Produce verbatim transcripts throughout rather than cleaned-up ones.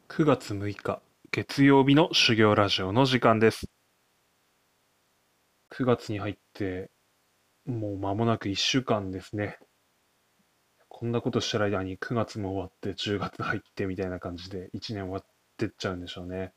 くがつむいか月曜日の修行ラジオの時間です。くがつに入ってもう間もなくいっしゅうかんですね。こんなことしてる間にくがつも終わってじゅうがつ入ってみたいな感じでいちねん終わってっちゃうんでしょうね。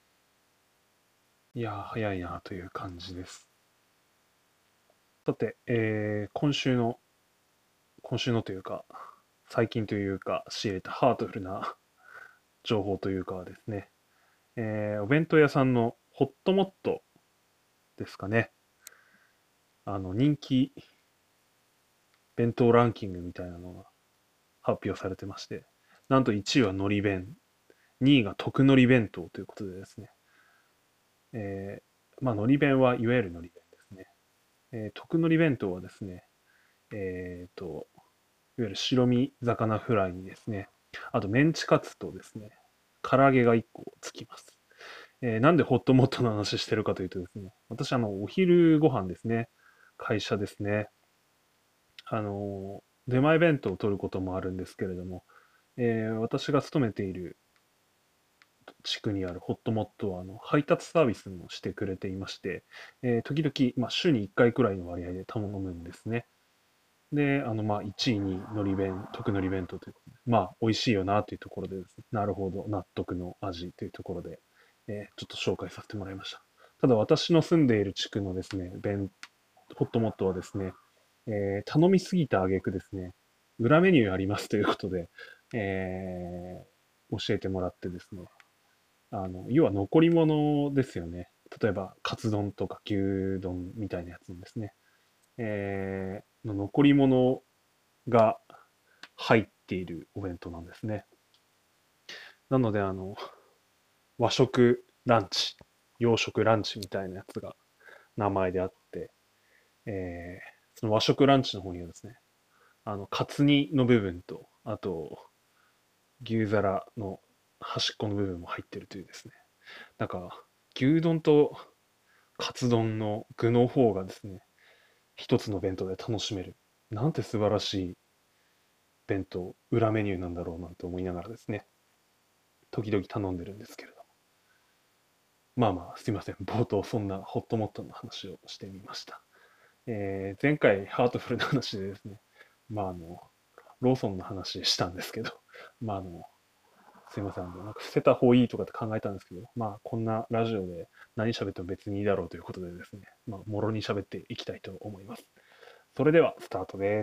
いやー早いなという感じです。さて、えー今週の、今週のというか、最近というか仕入れたハートフルな情報というかはですね、えーお弁当屋さんのホットモットですかね。あの人気弁当ランキングみたいなのが発表されてまして、なんといちいは海苔弁、にいが特海苔弁当ということでですね、えー、まあ海苔弁はいわゆる海苔弁ですね。えー、特海苔弁当はですね、えっと、いわゆる白身魚フライにですね、あとメンチカツとですね、唐揚げがいっこつきます。えーなんでホットモットの話してるかというとですね、私あの、お昼ご飯ですね、会社ですね、あの、出前弁当を取ることもあるんですけれども、えー私が勤めている地区にあるホットモットはあの配達サービスもしてくれていまして、えー時々、まあ、週にいっかいくらいの割合で頼むんですね。で、あの、まあ、いちいに海苔弁、特海苔弁当ということで、まあ、美味しいよなというところでですね、なるほど、納得の味というところで、えーちょっと紹介させてもらいました。ただ、私の住んでいる地区のですね、弁、ホットモットはですね、えー頼みすぎた挙句ですね、裏メニューありますということで、えー教えてもらってですね、あの、要は残り物ですよね。例えば、カツ丼とか牛丼みたいなやつですね。えー、の残り物が入っているお弁当なんですね。なので、あの、和食ランチ、洋食ランチみたいなやつが名前であって、えー、その和食ランチの方にはですね、あの、カツ煮の部分と、あと、牛皿の端っこの部分も入ってるというですね。なんか、牛丼とカツ丼の具の方がですね、一つの弁当で楽しめる。なんて素晴らしい弁当、裏メニューなんだろうなんて思いながらですね、時々頼んでるんですけれども。まあまあ、すいません。冒頭そんなホットモットの話をしてみました。えー前回ハートフルな話でですね、まああの、ローソンの話したんですけど、まああの、すいません。なんか伏せた方がいいとかって考えたんですけど、まあこんなラジオで何喋っても別にいいだろうということでですね、まあもろに喋っていきたいと思います。それではスタートです。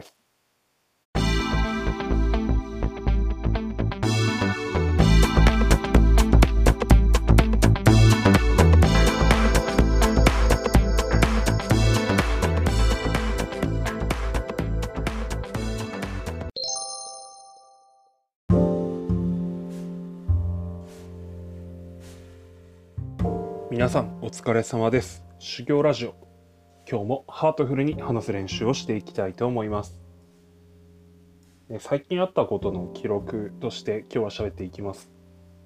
皆さんお疲れ様です。修行ラジオ。今日もハートフルに話す練習をしていきたいと思います。え最近あったことの記録として今日は喋っていきます。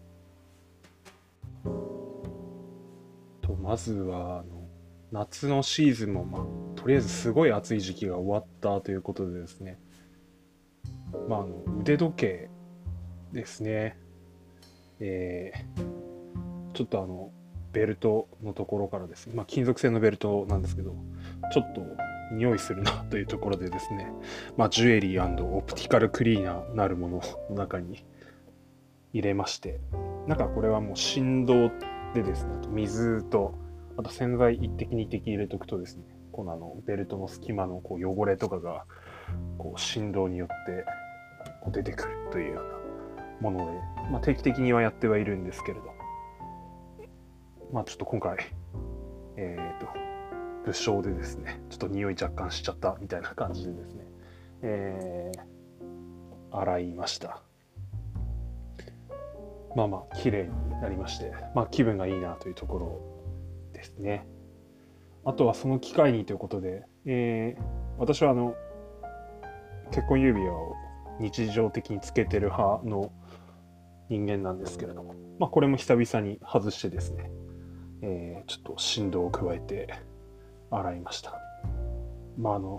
とまずはあの夏のシーズンも、まあ、とりあえずすごい暑い時期が終わったということでですね、まあ、あの腕時計ですね、えーちょっとあのベルトのところからですね、まあ、金属製のベルトなんですけど、ちょっと匂いするなというところでですね、まあ、ジュエリーオプティカルクリーナーなるものの中に入れまして、なんかこれはもう振動でですね、あと水と、あと洗剤一滴二滴入れとくとですね、このあのベルトの隙間のこう汚れとかがこう振動によってこう出てくるというようなもので、まあ、定期的にはやってはいるんですけれど、まあちょっと今回、えっと、物証でですね、ちょっと匂い若干しちゃったみたいな感じでですね、えー、洗いました。まあまあ綺麗になりまして、まあ気分がいいなというところですね。あとはその機会にということで、えー、私はあの結婚指輪を日常的につけてる派の人間なんですけれども、まあこれも久々に外してですね、えー、ちょっと振動を加えて洗いました。まああの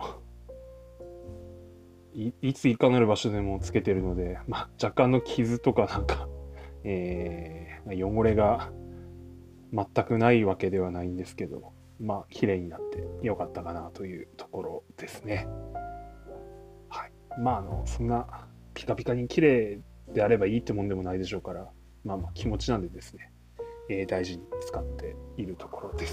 いいついかなる場所でもつけてるので、まあ、若干の傷とかなんかえー、汚れが全くないわけではないんですけど、まあ綺麗になってよかったかなというところですね。はい。まああのそんなピカピカに綺麗であればいいってもんでもないでしょうから、まあまあ気持ちなんでですね、えー、大事に使っているところです。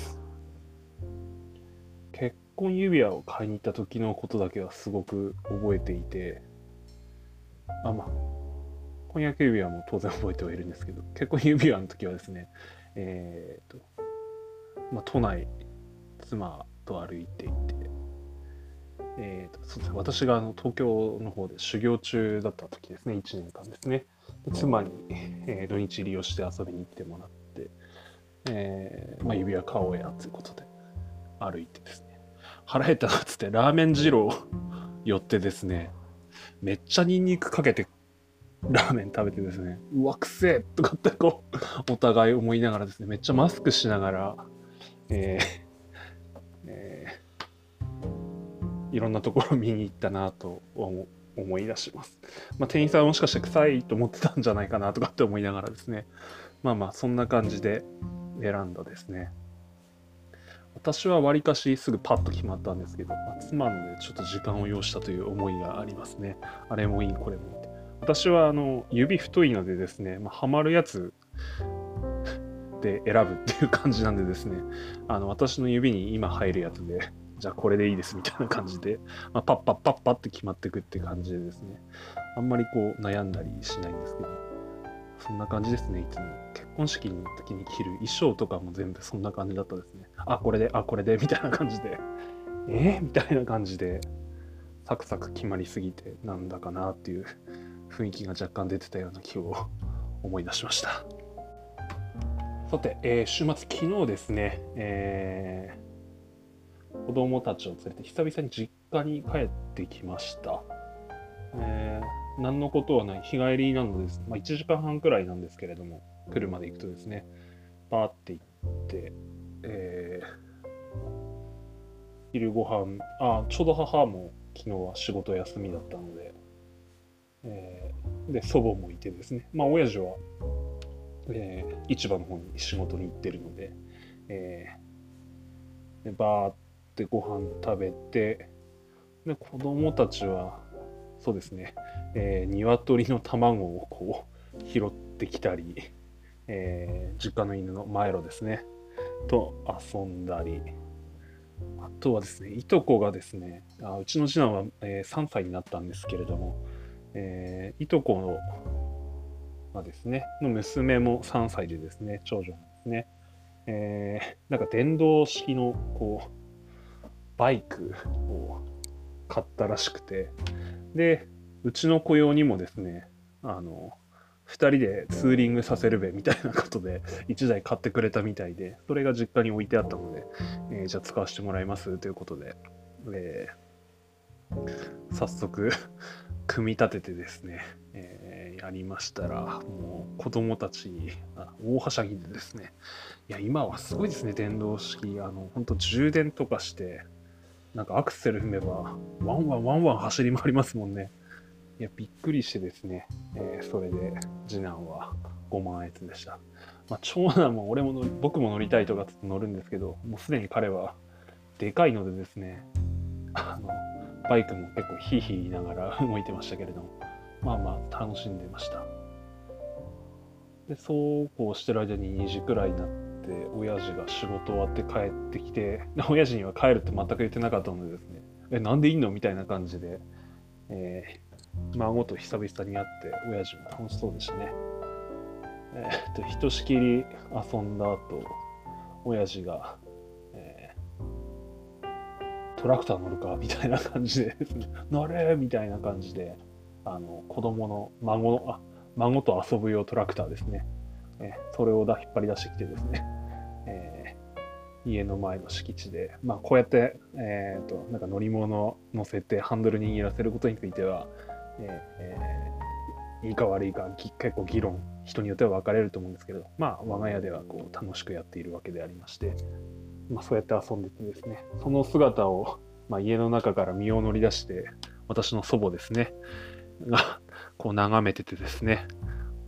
結婚指輪を買いに行った時のことだけはすごく覚えていて、あ、まあ婚約指輪も当然覚えてはいるんですけど、結婚指輪の時はですね、えーとまあ、都内、妻と歩いていて、えーとそうですね、私があの東京の方で修行中だった時ですね、いちねんかんですね。で妻に、えー土日利用して遊びに来てもらって、えーまあ、指輪買おうやということで歩いてですね、腹減ったなっつってラーメン二郎寄ってですね、めっちゃニンニクかけてラーメン食べてですね、うわ、くせえとかってこう、お互い思いながらですね、めっちゃマスクしながら、えーえーいろんなところ見に行ったなと思思い出します。まあ、店員さんはもしかして臭いと思ってたんじゃないかなとかって思いながらですね、まあまあ、そんな感じで選んだですね。私はわりかしすぐパッと決まったんですけど、まあ、妻のでちょっと時間を要したという思いがありますね。あれもいい、これもいい。私はあの指太いのでですね、まあ、はまるやつで選ぶっていう感じなんでですね、あの私の指に今入るやつで、じゃあこれでいいですみたいな感じで、まあ、パッパッパッパって決まってくって感じでですね、あんまりこう悩んだりしないんですけど、そんな感じですね、いつも。結婚式の時に着る衣装とかも全部そんな感じだったですね。あ、これで、あ、これで、みたいな感じで、えー、みたいな感じで、サクサク決まりすぎて、なんだかなっていう雰囲気が若干出てたような気を思い出しました。さて、えー週末、昨日ですね、えー子供たちを連れて久々に実家に帰ってきました。えー何のことはない日帰りなのです。まあ、いちじかんはんくらいなんですけれども、車で行くとですね、バーって行って、えー昼ご飯、あ、ちょうど母も昨日は仕事休みだったので、えーで、祖母もいてですね、まあ、親父は、えー市場の方に仕事に行ってるので、えーでバーってご飯食べて、で、子供たちは、そうですね、えー、鶏の卵をこう拾ってきたり、えー実家の犬のマイロですね、と遊んだり、あとはですね、いとこがですね、あうちの次男は、えーさんさいになったんですけれども、えーいとこのがですね、の娘もさんさいでですね、長女なんですね。えーなんか電動式のこうバイクを買ったらしくて、で、うちの子用にもですね、あの、ふたりでツーリングさせるべみたいなことでいちだい買ってくれたみたいで、それが実家に置いてあったので、えーじゃあ使わせてもらいますということで、えー早速組み立ててですね、えーやりましたら、もう子供たちにあ大はしゃぎでですね、いや、今はすごいですね、電動式。あの、本当充電とかして、なんかアクセル踏めば、ワンワンワンワン走り回りますもんね。いや、びっくりしてですね、えーそれで次男はごまんえつでした。まあ、長男も俺も乗り僕も乗りたいとかって乗るんですけど、もうすでに彼はでかいのでですね、あの、バイクも結構ヒーヒー言いながら動いてましたけれども、まあまあ楽しんでました。で、そうこうしてる間ににじくらいになって、親父が仕事終わって帰ってきて、親父には帰るって全く言ってなかったのでですね、え、なんでいいのみたいな感じで、えー孫と久々に会って、親父も楽しそうでしたね。えーっと、ひとしきり遊んだ後、親父が、えートラクター乗るかみたいな感じでですね、乗れみたいな感じで、あの、子供の孫の、あ、孫と遊ぶ用トラクターですね。えーそれをだ引っ張り出してきてですね、えー家の前の敷地で、まあ、こうやって、えー、となんか乗り物を乗せてハンドル握らせることについては、えーえーいいか悪いかき結構議論人によっては分かれると思うんですけど、まあ我が家ではこう楽しくやっているわけでありまして、まあ、そうやって遊んでてですね、その姿を、まあ、家の中から身を乗り出して私の祖母ですねがこう眺めててですね、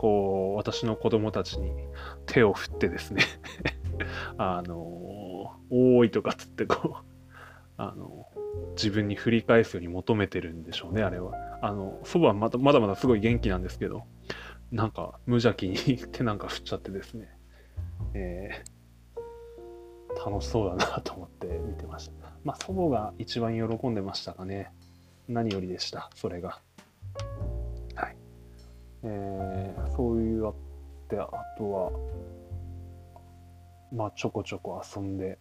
こう私の子供たちに手を振ってですねあのおーいとかつってこうあの自分に振り返すように求めてるんでしょうね、あれは。あの祖母はまだまだまだすごい元気なんですけど、なんか無邪気に手なんか振っちゃってですね、えー、楽しそうだなと思って見てました。まあ祖母が一番喜んでましたかね。何よりでした、それが。はい。えー、そういうあって、あとはまあちょこちょこ遊んで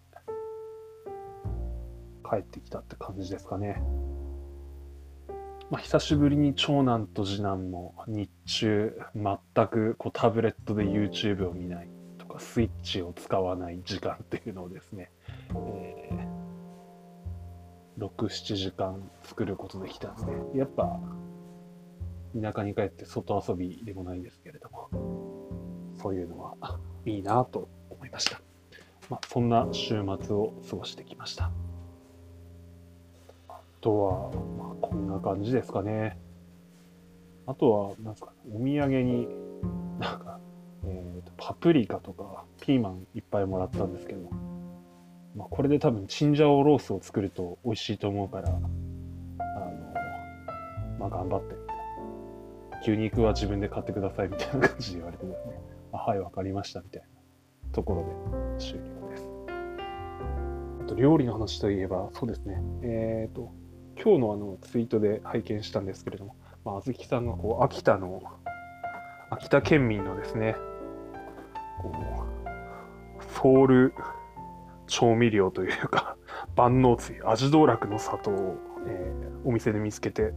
帰ってきたって感じですかね。まあ、久しぶりに長男と次男も日中全くこうタブレットで YouTube を見ないとかスイッチを使わない時間っていうのをですね、えー、ろく、ななじかん作ることできたんですね。やっぱ田舎に帰って外遊びでもないですけれども、そういうのはいいなと思いました。まあ、そんな週末を過ごしてきました。あとは、まあ、こんな感じですかね。あとは、なんですか、お土産に、なんか、えーと、パプリカとかピーマンいっぱいもらったんですけど、まあ、これで多分チンジャオロースを作ると美味しいと思うから、あの、まあ、頑張って。牛肉は自分で買ってくださいみたいな感じで言われてですね、あ、はい、わかりましたみたいなところで終了です。あと料理の話といえば、そうですね、えーと、今日のあのツイートで拝見したんですけれども、まあ、あずきさんがこう秋田の秋田県民のですね、こうソウル調味料というか万能つゆ味道楽の砂糖を、えー、お店で見つけて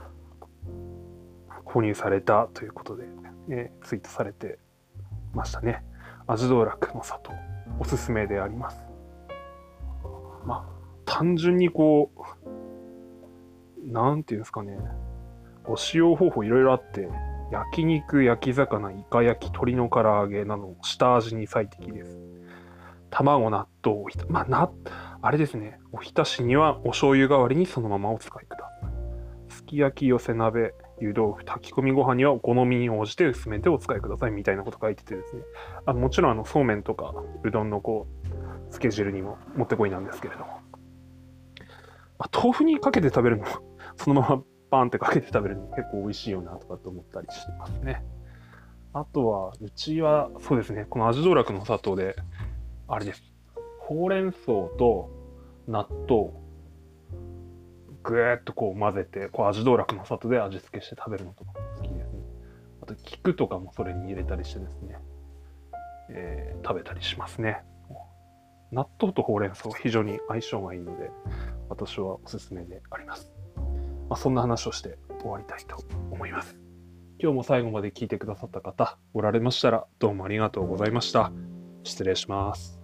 購入されたということで、えー、ツイートされてましたね。味道楽の砂糖おすすめであります。まあ単純にこうなんていうんですかね、ご使用方法いろいろあって、焼肉、焼き魚、イカ焼き、鶏の唐揚げなど下味に最適です。卵、納豆、おひた、まあ、な、あれですね。おひたしにはお醤油代わりにそのままお使いください。すき焼き、寄せ鍋、湯豆腐、炊き込みご飯にはお好みに応じて薄めてお使いくださいみたいなこと書いててですね。あ、もちろんあのそうめんとかうどんのこうつけ汁にももってこいなんですけれども、まあ、豆腐にかけて食べるのもそのままパンってかけて食べるのも結構美味しいよなとかって思ったりしてますね。あとはうちはそうですね、この味道楽の砂糖であれです。ほうれん草と納豆ぐーっとこう混ぜて、こう味道楽の砂糖で味付けして食べるのとか好きですね。あと菊とかもそれに入れたりしてですね、えー、食べたりしますね。納豆とほうれん草非常に相性がいいので、私はおすすめであります。まあ、そんな話をして終わりたいと思います。今日も最後まで聞いてくださった方おられましたらどうもありがとうございました。失礼します。